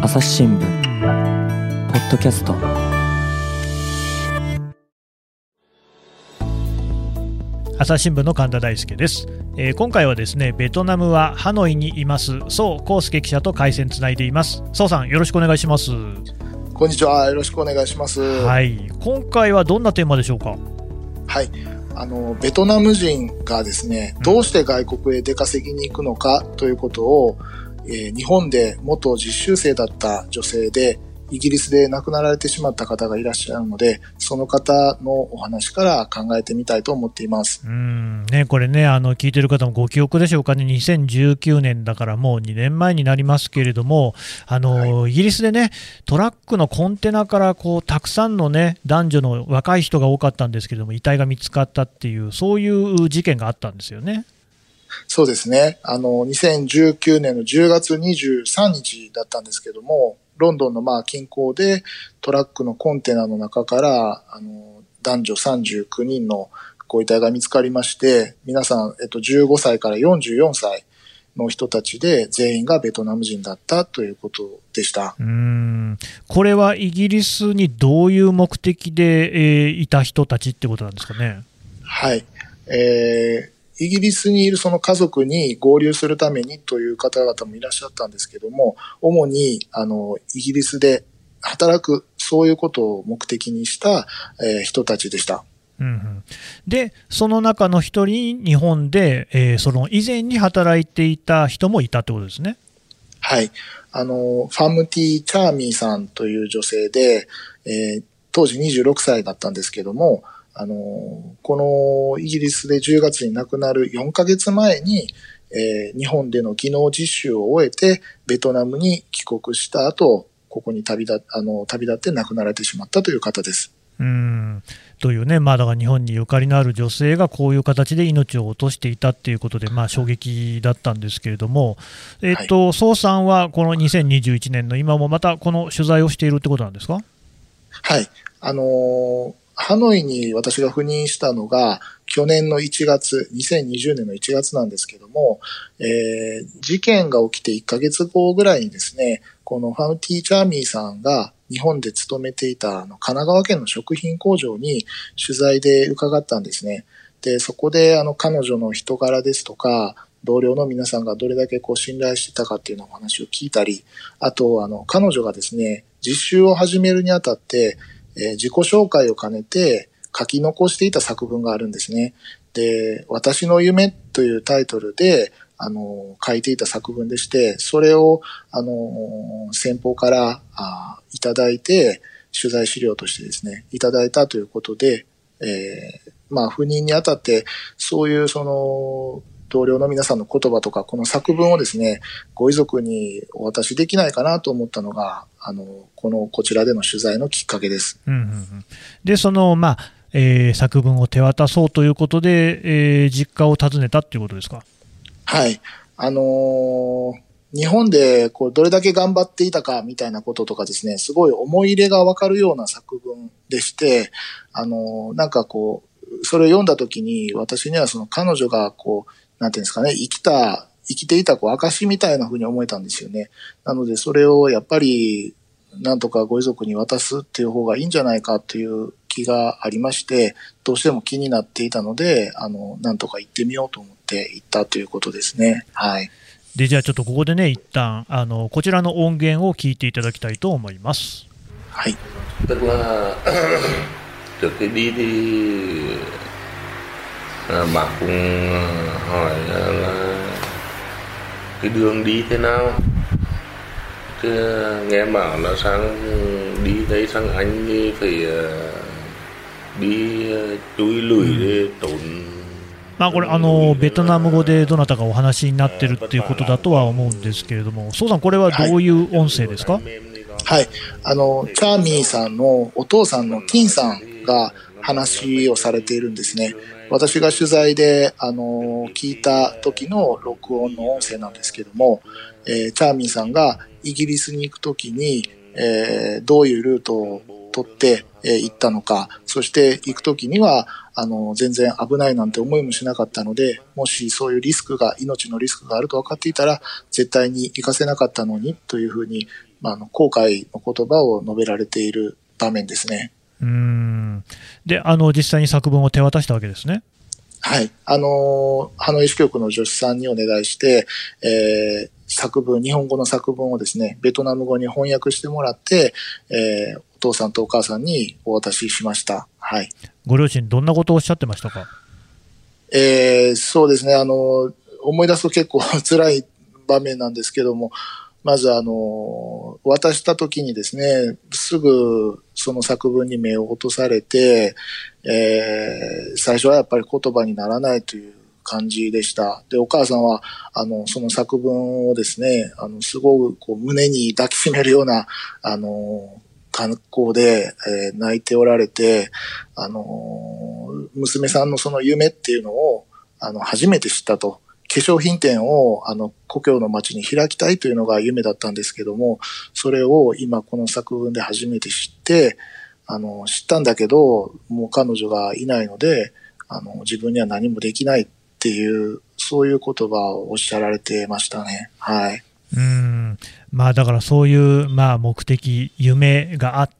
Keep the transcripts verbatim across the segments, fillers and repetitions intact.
朝日新聞ポッドキャスト。 朝日新聞の神田大輔です。えー、今回はですね、ベトナムはハノイにいます宋康介記者と回線つないでいます。宋さん、よろしくお願いします。 こんにちは、よろしくお願いします。 はい、今回はどんなテーマでしょうか？ はい、あのベトナム人がですね、どうして外国へ出稼ぎに行くのかということを、えー、日本で元実習生だった女性でイギリスで亡くなられてしまった方がいらっしゃるので、その方のお話から考えてみたいと思っています。 うーん、ね、これね、あの聞いてる方もご記憶でしょうかね。にせんじゅうきゅうねんだからもうにねんまえになりますけれども、あの、はい、イギリスでね、トラックのコンテナからこうたくさんのね、男女の若い人が多かったんですけれども、遺体が見つかったっていう、そういう事件があったんですよね。 そうですね。あのにせんじゅうきゅうねんのじゅうがつにじゅうさんにちだったんですけども、ロンドンのまあ近郊でトラックのコンテナの中からあの男女さんじゅうきゅうにんのご遺体が見つかりまして、皆さん、えっと、じゅうごさいからよんじゅうよんさいの人たちで全員がベトナム人だったということでした。 うーん、これはイギリスにどういう目的で、えー、いた人たちってことなんですかね？ はい、えーイギリスにいるその家族に合流するためにという方々もいらっしゃったんですけども、主にあのイギリスで働く、そういうことを目的にした、えー、人たちでした。 うんうん、でその中の一人、日本で、えー、その以前に働いていた人もいたってことですね。 はい、あのファムティ・チャーミーさんという女性で、えー、当時にじゅうろくさいだったんですけども、あのこのイギリスでじゅうがつに亡くなるよんかげつまえに、えー、日本での技能実習を終えてベトナムに帰国した後、ここに旅立あの旅立って亡くなられてしまったという方です。 うーんというね、まあ、だから日本にゆかりのある女性がこういう形で命を落としていたということで、まあ、衝撃だったんですけれども、えっと、宋さんはこのにせんにじゅういちねんの今もまたこの取材をしているってことなんですか？ はい、あのーハノイに私が赴任したのが去年のいちがつ、にせんにじゅうねんのいちがつなんですけども、えー、事件が起きていっかげつごぐらいにですね、このファムティ・チャーミーさんが日本で勤めていたあの神奈川県の食品工場に取材で伺ったんですね。で、そこであの彼女の人柄ですとか、同僚の皆さんがどれだけこう信頼してたかっていうのをお話を聞いたり、あとあの彼女がですね、実習を始めるにあたってえー、自己紹介を兼ねて書き残していた作文があるんですね。で、私の夢というタイトルで、あの、書いていた作文でして、それを、あの、先方からあいただいて、取材資料としてですね、いただいたということで、えー、まあ、赴任にあたって、そういうその、同僚の皆さんの言葉とか、この作文をですね、ご遺族にお渡しできないかなと思ったのが、あの、この、こちらでの取材のきっかけです。 うんうんうん、で、その、まあ、えー、作文を手渡そうということで、えー、実家を訪ねたということですか？ はい。あのー、日本でこうどれだけ頑張っていたかみたいなこととかですね、すごい思い入れがわかるような作文でして、あのー、なんかこう、それを読んだときに、私にはその彼女がこう、なんていうんですかね、生きた、生きていたこう証みたいな風に思えたんですよね。なのでそれをやっぱりなんとかご遺族に渡すっていう方がいいんじゃないかという気がありまして、どうしても気になっていたので、あのなんとか行ってみようと思って行ったということですね。はい。 で、じゃあちょっとここでね、一旦あのこちらの音源を聞いていただきたいと思います。 はい。 tức là trước khi đi thì bác cũng hỏi là cái đường đi thế nào, chứ nghe bảo là sang đi đấy sang Anh thì phải đi chui lủi để trốn。 まあ、これあのベトナム語でどなたかお話になってるっていうことだとは思うんですけれども、宋さん、これはどういう音声ですか？ はい、あのチャーミーさんのお父さんのティンさんが話をされているんですね。私が取材であの聞いた時の録音の音声なんですけども、えー、チャーミーさんがイギリスに行く時に、えー、どういうルートを取って、えー、行ったのか、そして行く時にはあの全然危ないなんて思いもしなかったので、もしそういうリスクが、命のリスクがあると分かっていたら絶対に行かせなかったのにというふうに、 まあ、あの後悔の言葉を述べられている場面ですね。 うーんで、あの実際に作文を手渡したわけですね。 はい。あの、ハノイ支局の助手さんにお願いして、えー、作文、日本語の作文をですね、ベトナム語に翻訳してもらって、えー、お父さんとお母さんにお渡ししました。はい。 ご両親、どんなことをおっしゃってましたか？ えー、そうですね。あの、思い出すと結構辛い場面なんですけども、まずあの、渡した時にですね、すぐその作文に目を落とされて、えー、最初はやっぱり言葉にならないという感じでした。で、お母さんは、あの、その作文をですね、あの、すごくこう胸に抱きしめるような、あの、格好で、えー、泣いておられて、あの、娘さんのその夢っていうのを、あの、初めて知ったと。化粧品店をあの故郷の町に開きたいというのが夢だったんですけども、それを今この作文で初めて知って、あの知ったんだけど、もう彼女がいないので、あの自分には何もできないっていう、そういう言葉をおっしゃられてましたね。はい。 うーんまあ、だからそういう、まあ、目的、夢があって、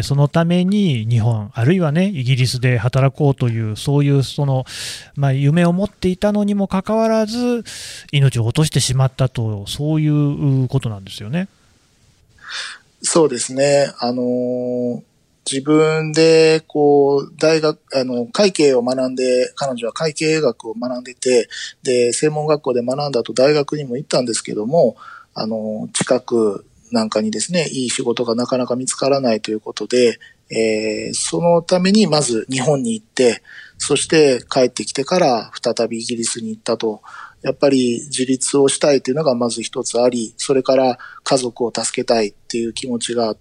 そのために日本、あるいは、ね、イギリスで働こうという、そういうその、まあ、夢を持っていたのにもかかわらず、命を落としてしまったと、そういうことなんですよね。 そうですね。あのー、自分でこう大学あの会計を学んで、彼女は会計学を学んでて、で専門学校で学んだと大学にも行ったんですけども、あの近くなんかにですね、いい仕事がなかなか見つからないということで、えー、そのためにまず日本に行って、そして帰ってきてから再びイギリスに行ったと。やっぱり自立をしたいというのがまず一つあり、それから家族を助けたいっていう気持ちがあって、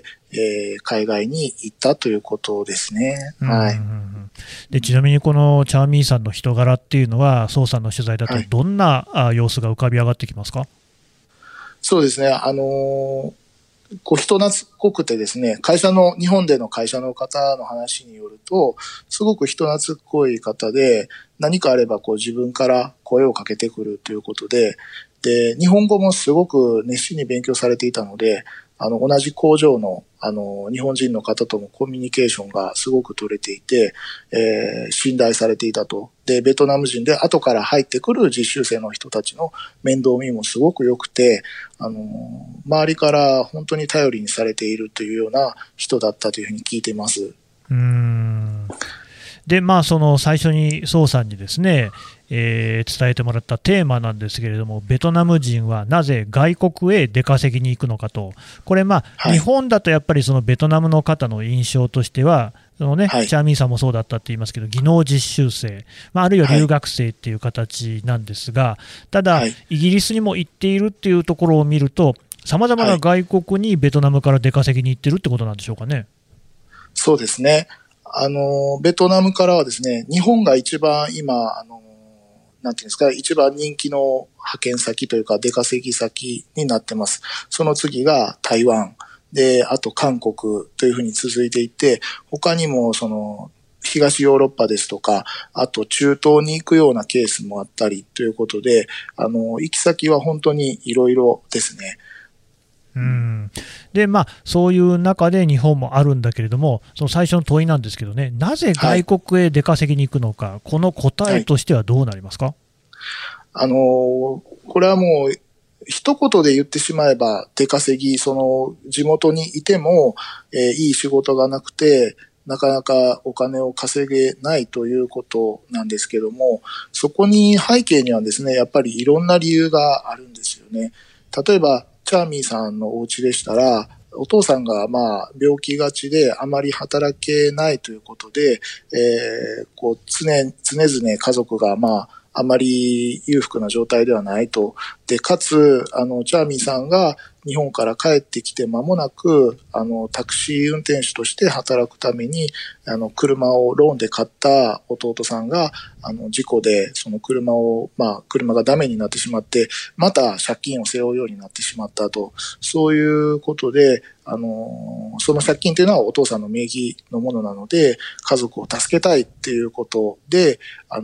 えー、海外に行ったということですね。はい。 で、ちなみにこのチャーミーさんの人柄っていうのは、宋さんの取材だとどんな、はい、様子が浮かび上がってきますか？ そうですね。あのー、こう人懐っこくてですね、会社の、日本での会社の方の話によると、すごく人懐っこい方で、何かあればこう自分から声をかけてくるということで、で、日本語もすごく熱心に勉強されていたので、あの、同じ工場の、あの、日本人の方ともコミュニケーションがすごく取れていて、えー、信頼されていたと。で、ベトナム人で後から入ってくる実習生の人たちの面倒見もすごく良くて、あの、周りから本当に頼りにされているというような人だったというふうに聞いています。 うーんで、まあ、その最初に宋さんにですね、えー、伝えてもらったテーマなんですけれども、ベトナム人はなぜ外国へ出稼ぎに行くのかと、これ、まあ、はい、日本だとやっぱりそのベトナムの方の印象としては、そのね、はい、チャーミーさんもそうだったって言いますけど、技能実習生、まあ、あるいは留学生っていう形なんですが、ただ、はい、イギリスにも行っているっていうところを見ると、さまざまな外国にベトナムから出稼ぎに行ってるってことなんでしょうかね。 そうですね。あの、ベトナムからはですね、日本が一番今、あの、なんていうんですか、一番人気の派遣先というか出稼ぎ先になってます。その次が台湾。で、あと韓国というふうに続いていて、他にもその、東ヨーロッパですとか、あと中東に行くようなケースもあったりということで、あの、行き先は本当にいろいろですね。 うんでまあ、そういう中で日本もあるんだけれども、その最初の問いなんですけどね、なぜ外国へ出稼ぎに行くのか、はい、この答えとしてはどうなりますか？はい、 あのこれはもう一言で言ってしまえば、出稼ぎ、その地元にいても、えー、いい仕事がなくて、なかなかお金を稼げないということなんですけども、そこに背景にはですね、やっぱりいろんな理由があるんですよね。例えばチャーミーさんのお家でしたら、お父さんがまあ病気がちであまり働けないということで、えー、こう常、常々家族がまああまり裕福な状態ではないと。で、かつ、あの、チャーミーさんが日本から帰ってきて間もなく、あの、タクシー運転手として働くために、あの、車をローンで買った弟さんが、あの、事故で、その車を、まあ、車がダメになってしまって、また借金を背負うようになってしまったと。そういうことで、あの、その借金というのはお父さんの名義のものなので、家族を助けたいっていうことで、あの、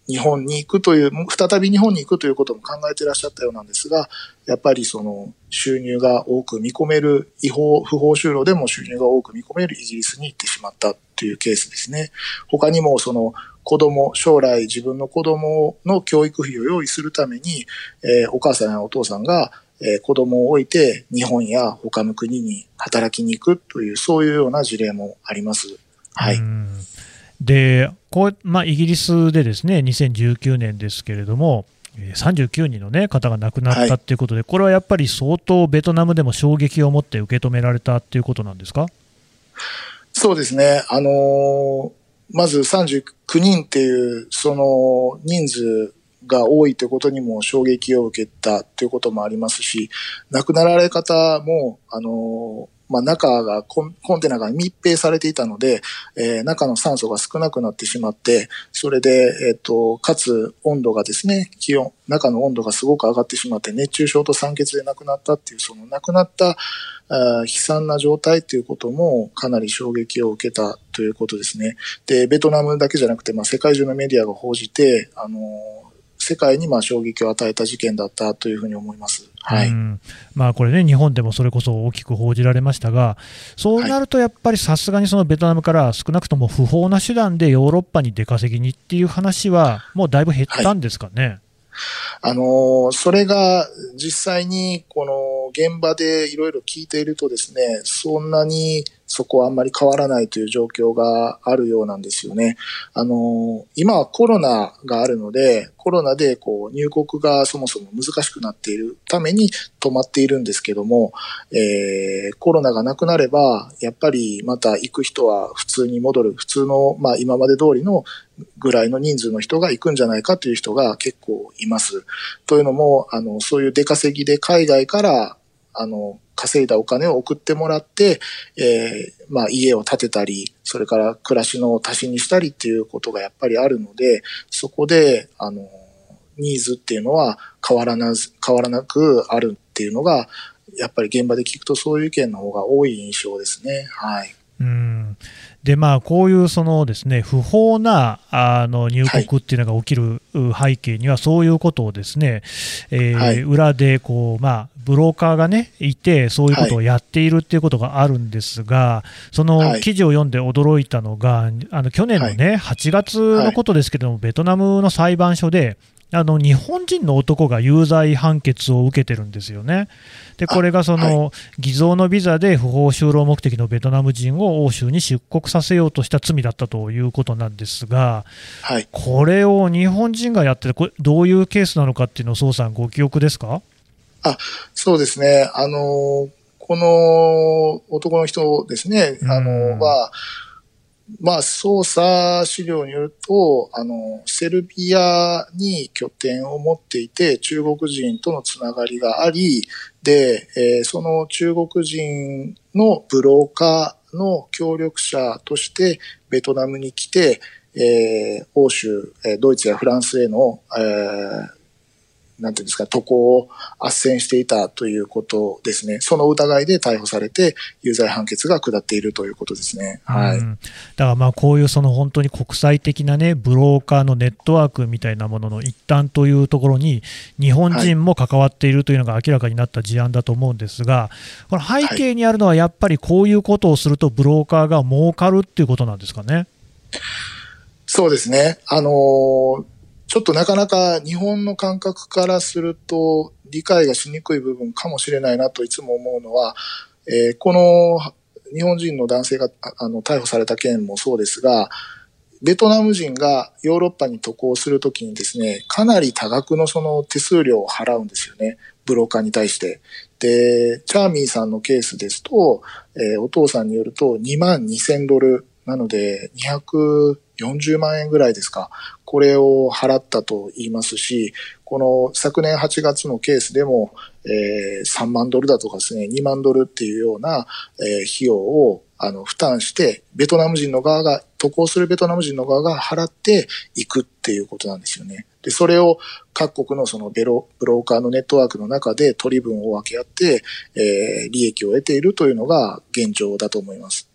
日本に行くという、再び日本に行くということも考えていらっしゃったようなんですが、やっぱりその収入が多く見込める、違法、不法就労でも収入が多く見込めるイギリスに行ってしまったというケースですね。他にもその子供、将来自分の子供の教育費を用意するために、えー、お母さんやお父さんが、えー、子供を置いて日本や他の国に働きに行くという、そういうような事例もあります。はい。 うんでこうまあ、イギリスでですねにせんじゅうきゅうねんですけれども、さんじゅうきゅうにんの、ね、方が亡くなったということで、はい、これはやっぱり相当ベトナムでも衝撃を持って受け止められたということなんですか？ そうですね、あのー、まずさんじゅうきゅうにんっていうその人数が多いということにも衝撃を受けたということもありますし、亡くなられ方も、あのーまあ、中がコン、コンテナが密閉されていたので、えー、中の酸素が少なくなってしまって、それで、えっと、かつ温度がですね、気温、中の温度がすごく上がってしまって、熱中症と酸欠で亡くなったっていう、その亡くなったあ悲惨な状態ということもかなり衝撃を受けたということですね。で、ベトナムだけじゃなくて、まあ、世界中のメディアが報じて、あのー、世界にまあ衝撃を与えた事件だったというふうに思います。はい。 うんまあ、これね、日本でもそれこそ大きく報じられましたが、そうなるとやっぱりさすがにそのベトナムから少なくとも不法な手段でヨーロッパに出稼ぎにっていう話は、もうだいぶ減ったんですかね。はい、 あのー、それが実際にこの現場でいろいろ聞いているとですね、そんなにそこはあんまり変わらないという状況があるようなんですよね。あのー、今はコロナがあるので、コロナでこう入国がそもそも難しくなっているために止まっているんですけども、えー、コロナがなくなれば、やっぱりまた行く人は普通に戻る、普通の、まあ今まで通りのぐらいの人数の人が行くんじゃないかという人が結構います。というのも、あの、そういう出稼ぎで海外から、あの、稼いだお金を送ってもらって、えー、まあ家を建てたり、それから暮らしの足しにしたりっていうことがやっぱりあるので、そこで、あの、ニーズっていうのは変わらなず、変わらなくあるっていうのが、やっぱり現場で聞くとそういう意見の方が多い印象ですね。はい。 うんでまあ、こういうそのですね不法なあの入国っていうのが起きる背景には、そういうことをですね、えーはい、裏でこう、まあ、ブローカーが、ね、いて、そういうことをやっているっていうことがあるんですが、はい、その記事を読んで驚いたのが、あの去年の、ね、はちがつのことですけれども、ベトナムの裁判所で、あの日本人の男が有罪判決を受けてるんですよね。でこれがその、はい、偽造のビザで不法就労目的のベトナム人を欧州に出国させようとした罪だったということなんですが、はい、これを日本人がやってる、これどういうケースなのかっていうのを宋さんご記憶ですか？ あ、そうですね。あのこの男の人ですね、あのは、まあ、捜査資料によると、あの、セルビアに拠点を持っていて、中国人とのつながりがあり、で、えー、その中国人のブローカーの協力者としてベトナムに来て、えー、欧州、ドイツやフランスへの、えーなんていうんですか、渡航を斡旋していたということですね。その疑いで逮捕されて、有罪判決が下っているということですね。はい。うん、 だからまあこういうその本当に国際的なね、ブローカーのネットワークみたいなものの一端というところに、日本人も関わっているというのが明らかになった事案だと思うんですが、この背景にあるのはやっぱりこういうことをするとブローカーが儲かるっていうことなんですかね。 そうですね。あのーちょっとなかなか日本の感覚からすると理解がしにくい部分かもしれないなといつも思うのは、えー、この日本人の男性があの逮捕された件もそうですが、ベトナム人がヨーロッパに渡航するときにですね、かなり多額のその手数料を払うんですよね、ブローカーに対して。で、チャーミーさんのケースですと、えー、お父さんによるとにまんにせんドルなのでにひゃくよんじゅうまんえんぐらいですか。これを払ったと言いますし、この昨年はちがつのケースでも、えー、さんまんドルだとかですね、にまんドルっていうような、えー、費用をあの負担して、ベトナム人の側が、渡航するベトナム人の側が払っていくっていうことなんですよね。で、それを各国のそのベロ、ブローカーのネットワークの中で取り分を分け合って、えー、利益を得ているというのが現状だと思います。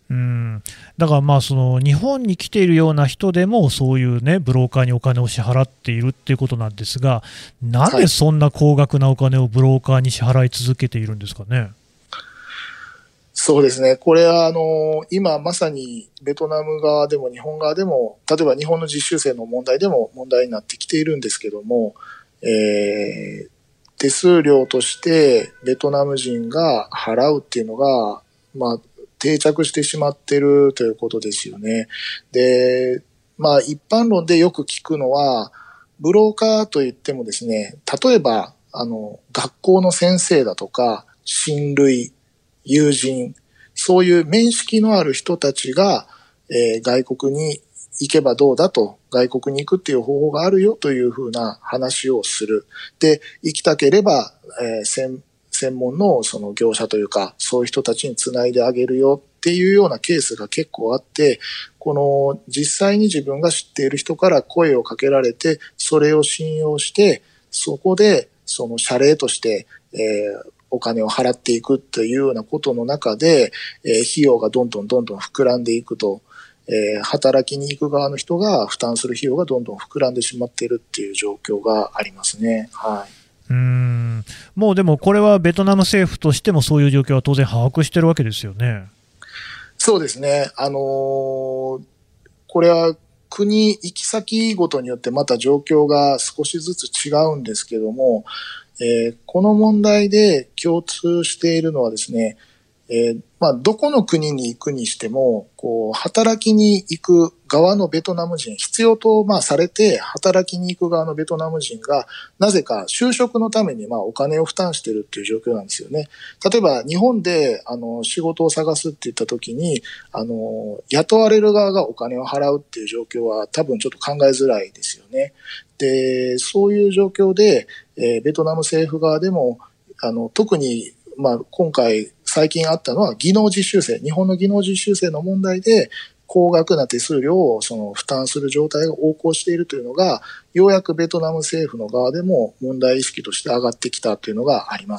うんだからまあその日本に来ているような人でもそういう、ね、ブローカーにお金を支払っているっていうことなんですが、なんでそんな高額なお金をブローカーに支払い続けているんですかね。 そうですね。これは、あの、今まさにベトナム側でも日本側でも、例えば日本の実習生の問題でも問題になってきているんですけども、えー、手数料としてベトナム人が払うっていうのが、まあ、定着してしまっているということですよね。で、まあ、一般論でよく聞くのは、ブローカーといってもですね、例えば、あの、学校の先生だとか、親類、友人、そういう面識のある人たちが、えー、外国に行けばどうだと、外国に行くっていう方法があるよというふうな話をする。で、行きたければ、えー、専専門のその業者というか、そういう人たちにつないであげるよっていうようなケースが結構あって、この実際に自分が知っている人から声をかけられて、それを信用して、そこでその謝礼として、えー、お金を払っていくというようなことの中で、えー、費用がどんどんどんどん膨らんでいくと、えー、働きに行く側の人が負担する費用がどんどん膨らんでしまっているっていう状況がありますね。はい。 うーんもうでもこれはベトナム政府としてもそういう状況は当然把握してるわけですよね。 そうですね。あのー、これは国行き先ごとによってまた状況が少しずつ違うんですけども、えー、この問題で共通しているのはですね、えー、まあ、どこの国に行くにしても、こう、働きに行く側のベトナム人、必要と、まあ、されて働きに行く側のベトナム人が、なぜか就職のために、まあ、お金を負担しているっていう状況なんですよね。例えば、日本で、あの、仕事を探すって言った時に、あの、雇われる側がお金を払うっていう状況は、多分ちょっと考えづらいですよね。で、そういう状況で、えー、ベトナム政府側でも、あの、特に、まあ、今回、最近あったのは技能実習生、日本の技能実習生の問題で高額な手数料をその負担する状態が横行しているというのが、ようやくベトナム政府の側でも問題意識として上がってきたというのがあります。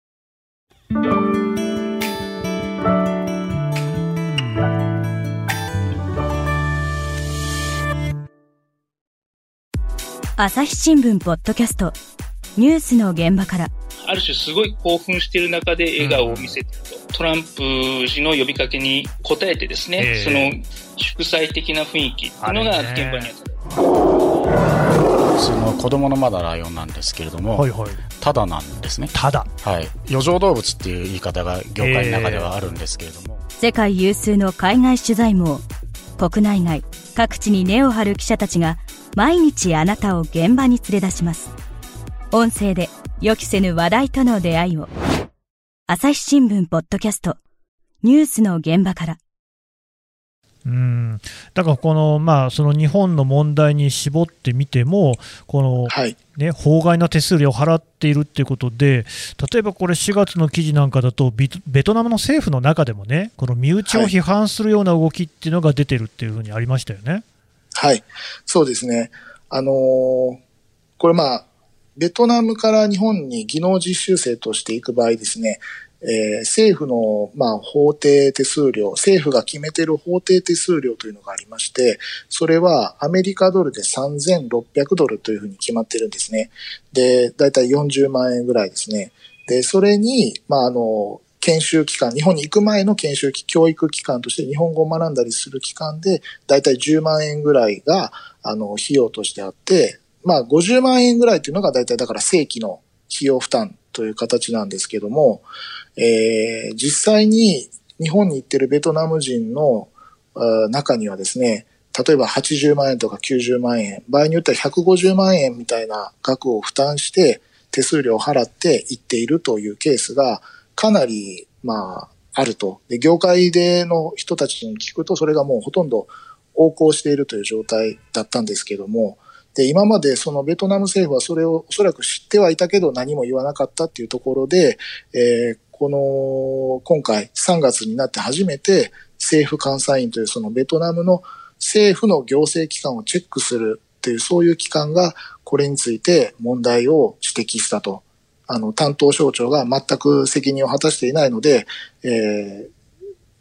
朝日新聞ポッドキャストニュースの現場から。 ある種すごい興奮している中で笑顔を見せていると、うん、トランプ氏の呼びかけに応えてですね、えー、その祝祭的な雰囲気というのが現場にあった。 その子供のまだライオンなんですけれども、はいはい、ただなんですね。 ただ、 はい、余剰動物っていう言い方が業界の中ではあるんですけれども、 えー、世界有数の海外取材網、国内外各地に根を張る記者たちが毎日あなたを現場に連れ出します。音声で予期せぬ話題との出会いを。朝日新聞ポッドキャストニュースの現場から。 うんだからこの、まあ、その日本の問題に絞ってみてもこの、はいね、法外な手数料を払っているということで、例えばこれしがつの記事なんかだとベトナムの政府の中でもね、この身内を批判するような動きっていうのが出てるっていうふうにありましたよね。 はい、そうですね。あのー、これまあベトナムから日本に技能実習生として行く場合ですね、えー、政府の、まあ、法定手数料、政府が決めている法定手数料というのがありまして、それはアメリカドルでさんぜんろっぴゃくドルというふうに決まってるんですね。で、だいたいよんじゅうまんえんぐらいですね。で、それに、まあ、あの、研修期間、日本に行く前の研修期、教育期間として日本語を学んだりする期間で、だいたいじゅうまんえんぐらいが、あの、費用としてあって、まあ、ごじゅうまんえんぐらいというのがだいたいだから正規の費用負担という形なんですけども、えー、実際に日本に行っているベトナム人の中にはですね、例えばはちじゅうまんえんとかきゅうじゅうまんえん、場合によってはひゃくごじゅうまんえんみたいな額を負担して手数料を払って行っているというケースがかなり、まあ、あると。で、業界での人たちに聞くとそれがもうほとんど横行しているという状態だったんですけども、で、今までそのベトナム政府はそれをおそらく知ってはいたけど何も言わなかったっていうところで、えー、この、今回さんがつになって初めて政府監査院というそのベトナムの政府の行政機関をチェックするというそういう機関がこれについて問題を指摘したと。あの、担当省庁が全く責任を果たしていないので、えー、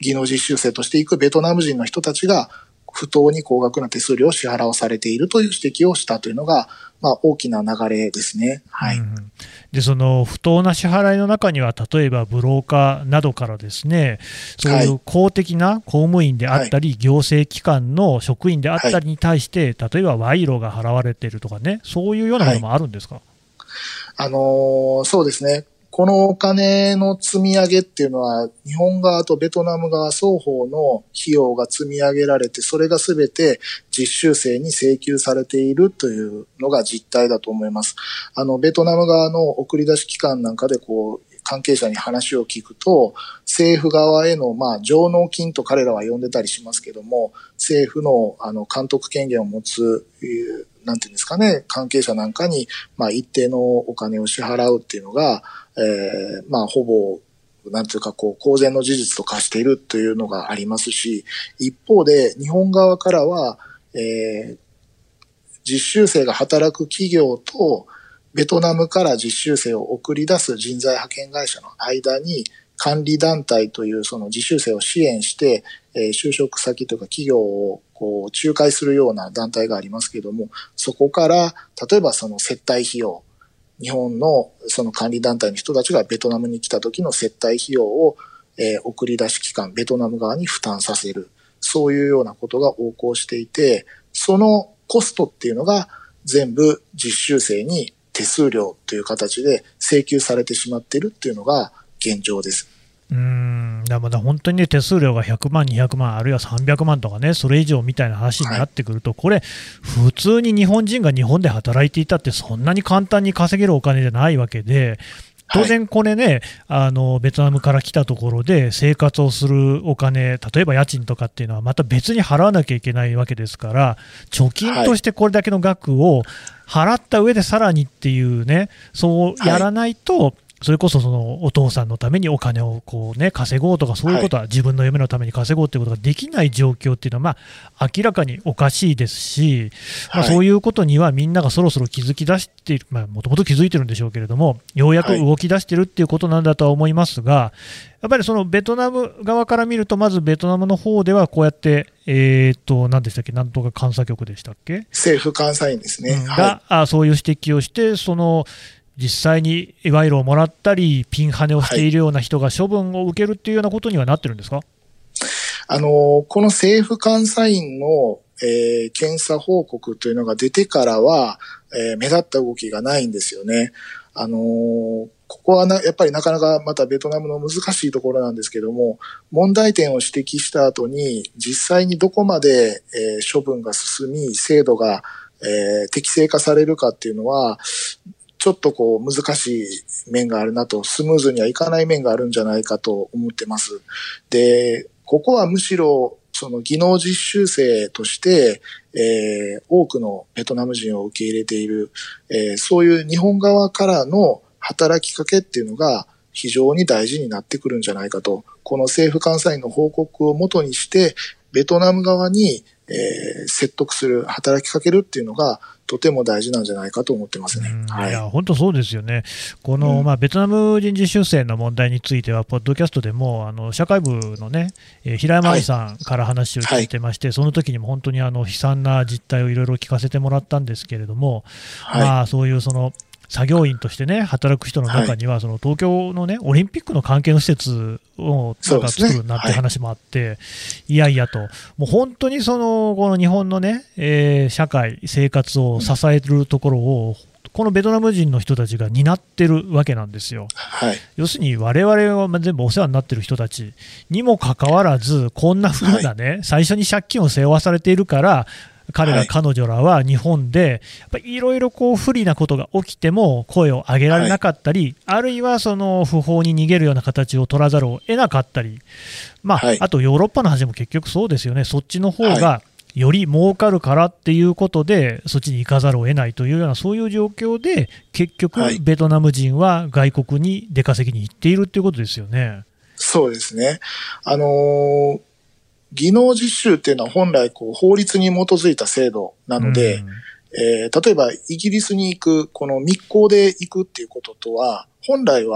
技能実習生として行くベトナム人の人たちが不当に高額な手数料を支払わされているという指摘をしたというのが、まあ、大きな流れですね。はい。うん、 で、その不当な支払いの中には、例えばブローカーなどからですね、そういう公的な公務員であったり、はい、行政機関の職員であったりに対して、はい、例えば賄賂が払われているとかね、そういうようなものもあるんですか？はい、 あのー、そうですね。このお金の積み上げっていうのは、日本側とベトナム側双方の費用が積み上げられて、それがすべて実習生に請求されているというのが実態だと思います。あの、ベトナム側の送り出し機関なんかでこう、関係者に話を聞くと、政府側への、まあ、上納金と彼らは呼んでたりしますけども、政府の、あの、監督権限を持つ、なんていうんですかね、関係者なんかに、まあ、一定のお金を支払うっていうのが、えー、まあ、ほぼ、なんていうか、こう、公然の事実と化しているというのがありますし、一方で、日本側からは、えー、実習生が働く企業と、ベトナムから実習生を送り出す人材派遣会社の間に、管理団体というその実習生を支援して、えー、就職先というか企業をこう仲介するような団体がありますけれども、そこから、例えばその接待費用、日本のその管理団体の人たちがベトナムに来た時の接待費用を、えー、送り出し機関、ベトナム側に負担させる。そういうようなことが横行していて、そのコストっていうのが全部実習生に手数料という形で請求されてしまっているっていうのが現状です。 うーん、だから本当に、ね、手数料がひゃくまん、にひゃくまん、あるいはさんびゃくまんとかね、それ以上みたいな話になってくると、はい、これ、普通に日本人が日本で働いていたって、そんなに簡単に稼げるお金じゃないわけで、当然これね、はい、あのベトナムから来たところで生活をするお金、例えば家賃とかっていうのはまた別に払わなきゃいけないわけですから、貯金としてこれだけの額を払った上でさらにっていうね、そうやらないと、はい、それこそそのお父さんのためにお金をこう、ね、稼ごうとか、そういうことは自分の夢のために稼ごうということができない状況っていうのは、まあ、明らかにおかしいですし、まあ、そういうことにはみんながそろそろ気づき出している、もともと気づいてるんでしょうけれども、ようやく動き出してるっていうことなんだとは思いますが、やっぱりそのベトナム側から見ると、まずベトナムの方ではこうやって、えー、と何でしたっけ、なんとか監査局でしたっけ、 政府監査院ですね、うん、 が、はい、あそういう指摘をして、その実際に賄賂をもらったり、ピンハネをしているような人が処分を受けるっていうようなことにはなってるんですか？ あの、この政府監査院の、えー、検査報告というのが出てからは、えー、目立った動きがないんですよね。あのー、ここはな、やっぱりなかなかまたベトナムの難しいところなんですけども、問題点を指摘した後に、実際にどこまで、えー、処分が進み、制度が、えー、適正化されるかっていうのは、ちょっとこう難しい面があるなと、スムーズにはいかない面があるんじゃないかと思ってます。で、ここはむしろその技能実習生として、えー、多くのベトナム人を受け入れている、えー、そういう日本側からの働きかけっていうのが非常に大事になってくるんじゃないかと、この政府監査院の報告をもとにしてベトナム側に、えー、説得する、働きかけるっていうのがとても大事なんじゃないかと思ってますね。はい、いや本当そうですよね。この、うんまあ、ベトナム人実習生の問題については、ポッドキャストでもあの社会部のね、えー、平山愛さんから話を聞いてまして、はい、その時にも本当にあの悲惨な実態をいろいろ聞かせてもらったんですけれども、はいまあ、そういうその作業員としてね、働く人の中には、はい、その東京のね、オリンピックの関係の施設をなんか作るなんて話もあって、はい、いやいやと、もう本当にその、この日本のね、えー、社会、生活を支えるところを、うん、このベトナム人の人たちが担ってるわけなんですよ。はい、要するに、我々は全部お世話になってる人たちにもかかわらず、こんな風なね、はい、最初に借金を背負わされているから、彼ら、彼女らは日本でいろいろ不利なことが起きても声を上げられなかったり、はい、あるいはその不法に逃げるような形を取らざるを得なかったり、まあはい、あとヨーロッパの話も結局そうですよね。そっちの方がより儲かるからっていうことでそっちに行かざるを得ないというような、そういう状況で結局ベトナム人は外国に出稼ぎに行っているということですよね。 そうですね。あのー技能実習っていうのは本来こう法律に基づいた制度なので、うんえー、例えばイギリスに行く、この密航で行くっていうこととは、本来は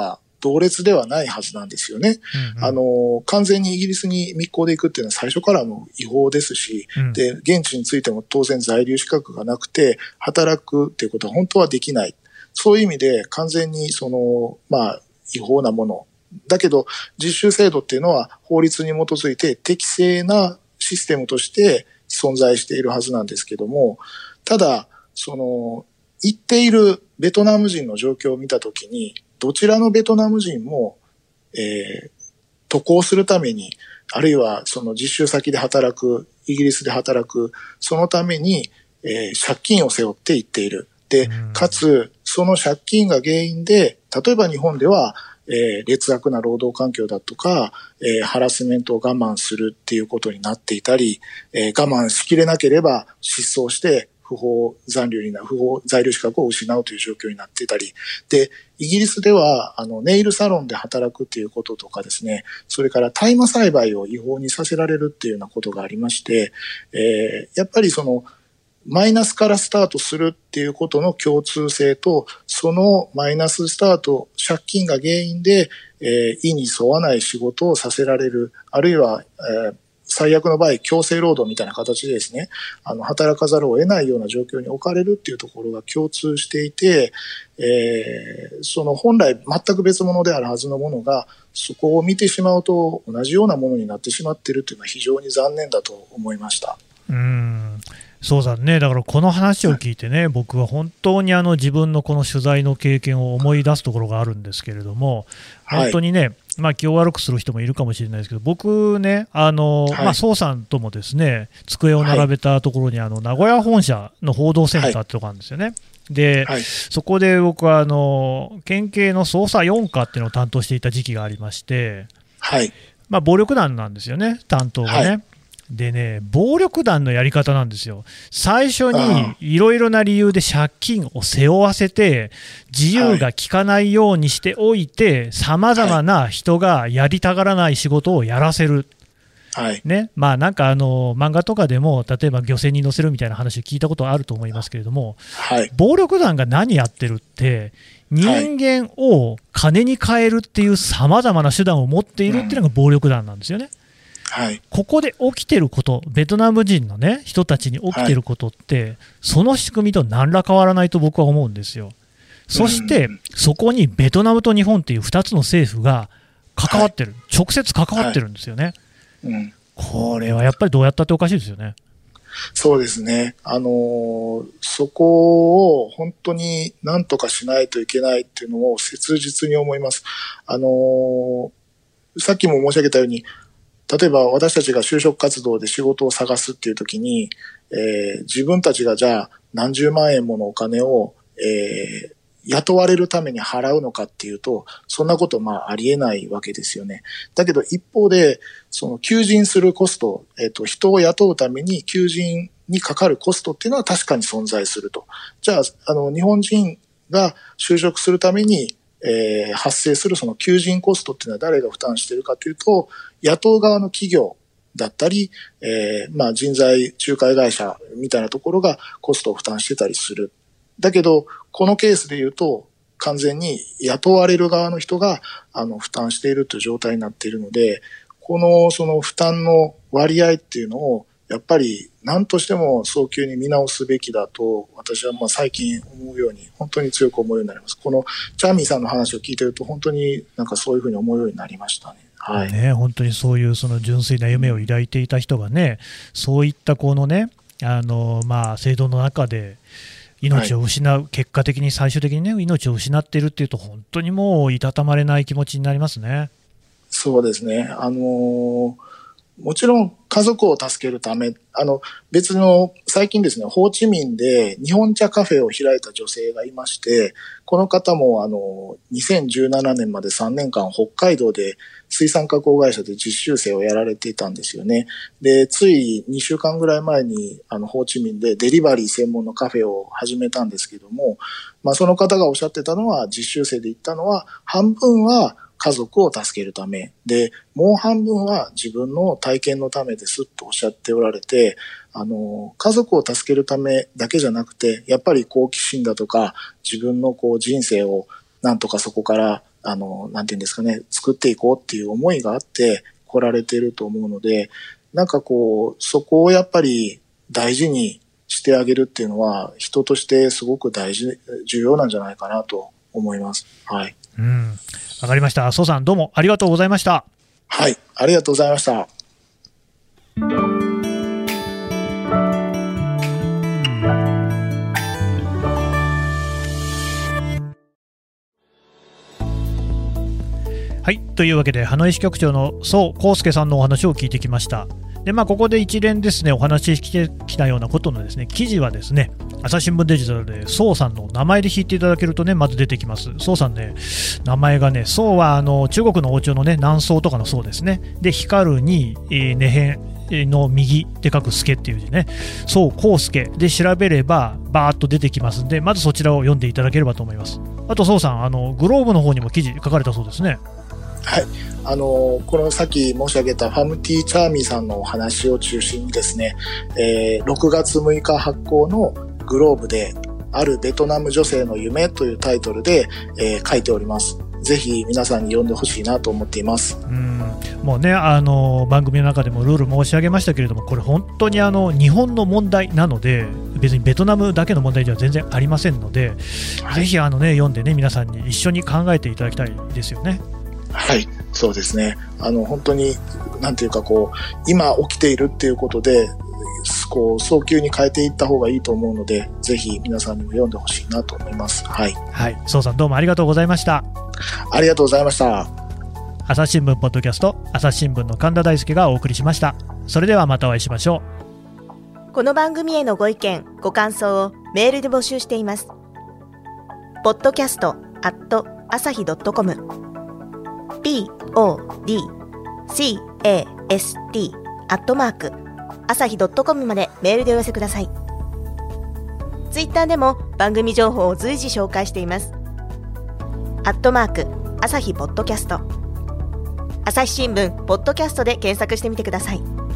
同列ではないはずなんですよね。うんうん、あの、完全にイギリスに密航で行くっていうのは最初からも違法ですし、うん、で、現地についても当然在留資格がなくて、働くっていうことは本当はできない。そういう意味で完全にその、まあ、違法なもの。だけど、実習制度っていうのは法律に基づいて適正なシステムとして存在しているはずなんですけども、ただ、その、行っているベトナム人の状況を見たときに、どちらのベトナム人も、えー、渡航するために、あるいはその実習先で働く、イギリスで働く、そのために、えー、借金を背負って行っている。で、かつ、その借金が原因で、例えば日本では、えー、劣悪な労働環境だとか、えー、ハラスメントを我慢するっていうことになっていたり、えー、我慢しきれなければ失踪して不法残留になる、不法在留資格を失うという状況になっていたり、で、イギリスでは、あの、ネイルサロンで働くっていうこととかですね、それから大麻栽培を違法にさせられるっていうようなことがありまして、えー、やっぱりその、マイナスからスタートするっていうことの共通性と、そのマイナススタート、借金が原因で、えー、意に沿わない仕事をさせられる、あるいは、えー、最悪の場合、強制労働みたいな形でですね、あの、働かざるを得ないような状況に置かれるっていうところが共通していて、えー、その本来全く別物であるはずのものが、そこを見てしまうと同じようなものになってしまっているというのは非常に残念だと思いました。 うーんそうだね、だからこの話を聞いてね、僕は本当にあの自分のこの取材の経験を思い出すところがあるんですけれども、本当にね、はい、まあ、気を悪くする人もいるかもしれないですけど、僕ね、あの、はい、まあ、宋さんともですね、机を並べたところに、あの名古屋本社の報道センターってとこあるんですよね。はいで、はい、そこで僕はあの県警の捜査よん課っていうのを担当していた時期がありまして、はいまあ、暴力団なんですよね、担当がね。はいでね、暴力団のやり方なんですよ。最初にいろいろな理由で借金を背負わせて、自由が利かないようにしておいて、さまざまな人がやりたがらない仕事をやらせる。はいねまあ、なんかあの漫画とかでも、例えば漁船に乗せるみたいな話を聞いたことあると思いますけれども、はい、暴力団が何やってるって、人間を金に換えるっていうさまざまな手段を持っているっていうのが暴力団なんですよね。はい、ここで起きてること、ベトナム人の、ね、人たちに起きてることって、はい、その仕組みと何ら変わらないと僕は思うんですよ。そして、うん、そこにベトナムと日本っていうふたつの政府が関わってる、はい、直接関わってるんですよね、はいうん。これはやっぱりどうやったっておかしいですよね。 そうですね。あのー、そこを本当に何とかしないといけないっていうのを切実に思います。あのー、さっきも申し上げたように、例えば私たちが就職活動で仕事を探すっていう時に、えー、自分たちがじゃあ何十万円ものお金を、えー、雇われるために払うのかっていうと、そんなことまあありえないわけですよね。だけど一方で、その求人するコスト、えっと、人を雇うために求人にかかるコストっていうのは確かに存在すると。じゃあ、あの、日本人が就職するためにえー、発生するその求人コストっていうのは誰が負担しているかというと、雇う側の企業だったり、えー、まあ人材仲介会社みたいなところがコストを負担してたりする。だけど、このケースで言うと、完全に雇われる側の人があの負担しているという状態になっているので、このその負担の割合っていうのをやっぱり何としても早急に見直すべきだと私はまあ最近思うように本当に強く思うようになります。このチャーミーさんの話を聞いてると本当になんかそういうふうに思うようになりましたね。はい、 ね本当にそういうその純粋な夢を抱いていた人がね、そういったこのねあのまあ制度の中で命を失う、はい、結果的に最終的にね命を失っているっていうと本当にもういたたまれない気持ちになりますね。 そうですね。あのーもちろん家族を助けるため、あの別の最近ですね、ホーチミンで日本茶カフェを開いた女性がいまして、この方もあのにせんじゅうななねんまでさんねんかん北海道で水産加工会社で実習生をやられていたんですよね。で、ついにしゅうかんぐらい前にあのホーチミンでデリバリー専門のカフェを始めたんですけども、まあその方がおっしゃってたのは、実習生で行ったのは半分は家族を助けるためで、もう半分は自分の体験のためですとおっしゃっておられて、あの家族を助けるためだけじゃなくて、やっぱり好奇心だとか自分のこう人生をなんとかそこからあの、なんていうんですかね、作っていこうっていう思いがあって来られていると思うので、なんかこう、そこをやっぱり大事にしてあげるっていうのは、人としてすごく大事、重要なんじゃないかなと思います。はい。 うん。わかりました。蘇さん、どうもありがとうございました。 はい。ありがとうございました。 はい。というわけで、ハノイ支局長の蘇康介さんのお話を聞いてきました。で、まあ、ここで一連ですね、お話ししてきたようなことのですね、記事はですね、朝日新聞デジタルで蘇さんの名前で引いていただけるとね、まず出てきます。蘇さんね、名前がね、蘇はあの中国の王朝のね、南宋とかの宋ですね。で、光るに、えー、根辺の右で書く助っていう字ね、蘇康介で調べればバーッと出てきますんで、まずそちらを読んでいただければと思います。あと蘇さん、あのグローブの方にも記事書かれたそうですね。 はい、あのこのさっき申し上げたファムティーチャーミーさんのお話を中心にですね、えー、ろくがつむいか発行のグローブであるベトナム女性の夢というタイトルで、えー、書いております。ぜひ皆さんに読んでほしいなと思っています。 うん、もうね、あの番組の中でもルール申し上げましたけれども、これ本当にあの日本の問題なので、別にベトナムだけの問題では全然ありませんので、はい、ぜひあの、ね、読んでね、皆さんに一緒に考えていただきたいですよね。 はい、そうですね。あの本当になんていうかこう今起きているっていうことで、こう早急に変えていった方がいいと思うので、ぜひ皆さんにも読んでほしいなと思います。はい。 はい。蘇さんどうもありがとうございました。 ありがとうございました。 朝日新聞ポッドキャスト、朝日新聞の神田大輔がお送りしました。それではまたお会いしましょう。この番組へのご意見、ご感想をメールで募集しています。ポッドキャストアットアサヒドットコム ピーオーディーキャスト アットマークアサヒドットコムまでメールでお寄せください。ツイッターでも番組情報を随時紹介しています。アットマークアサヒポッドキャスト、朝日新聞ポッドキャストで検索してみてください。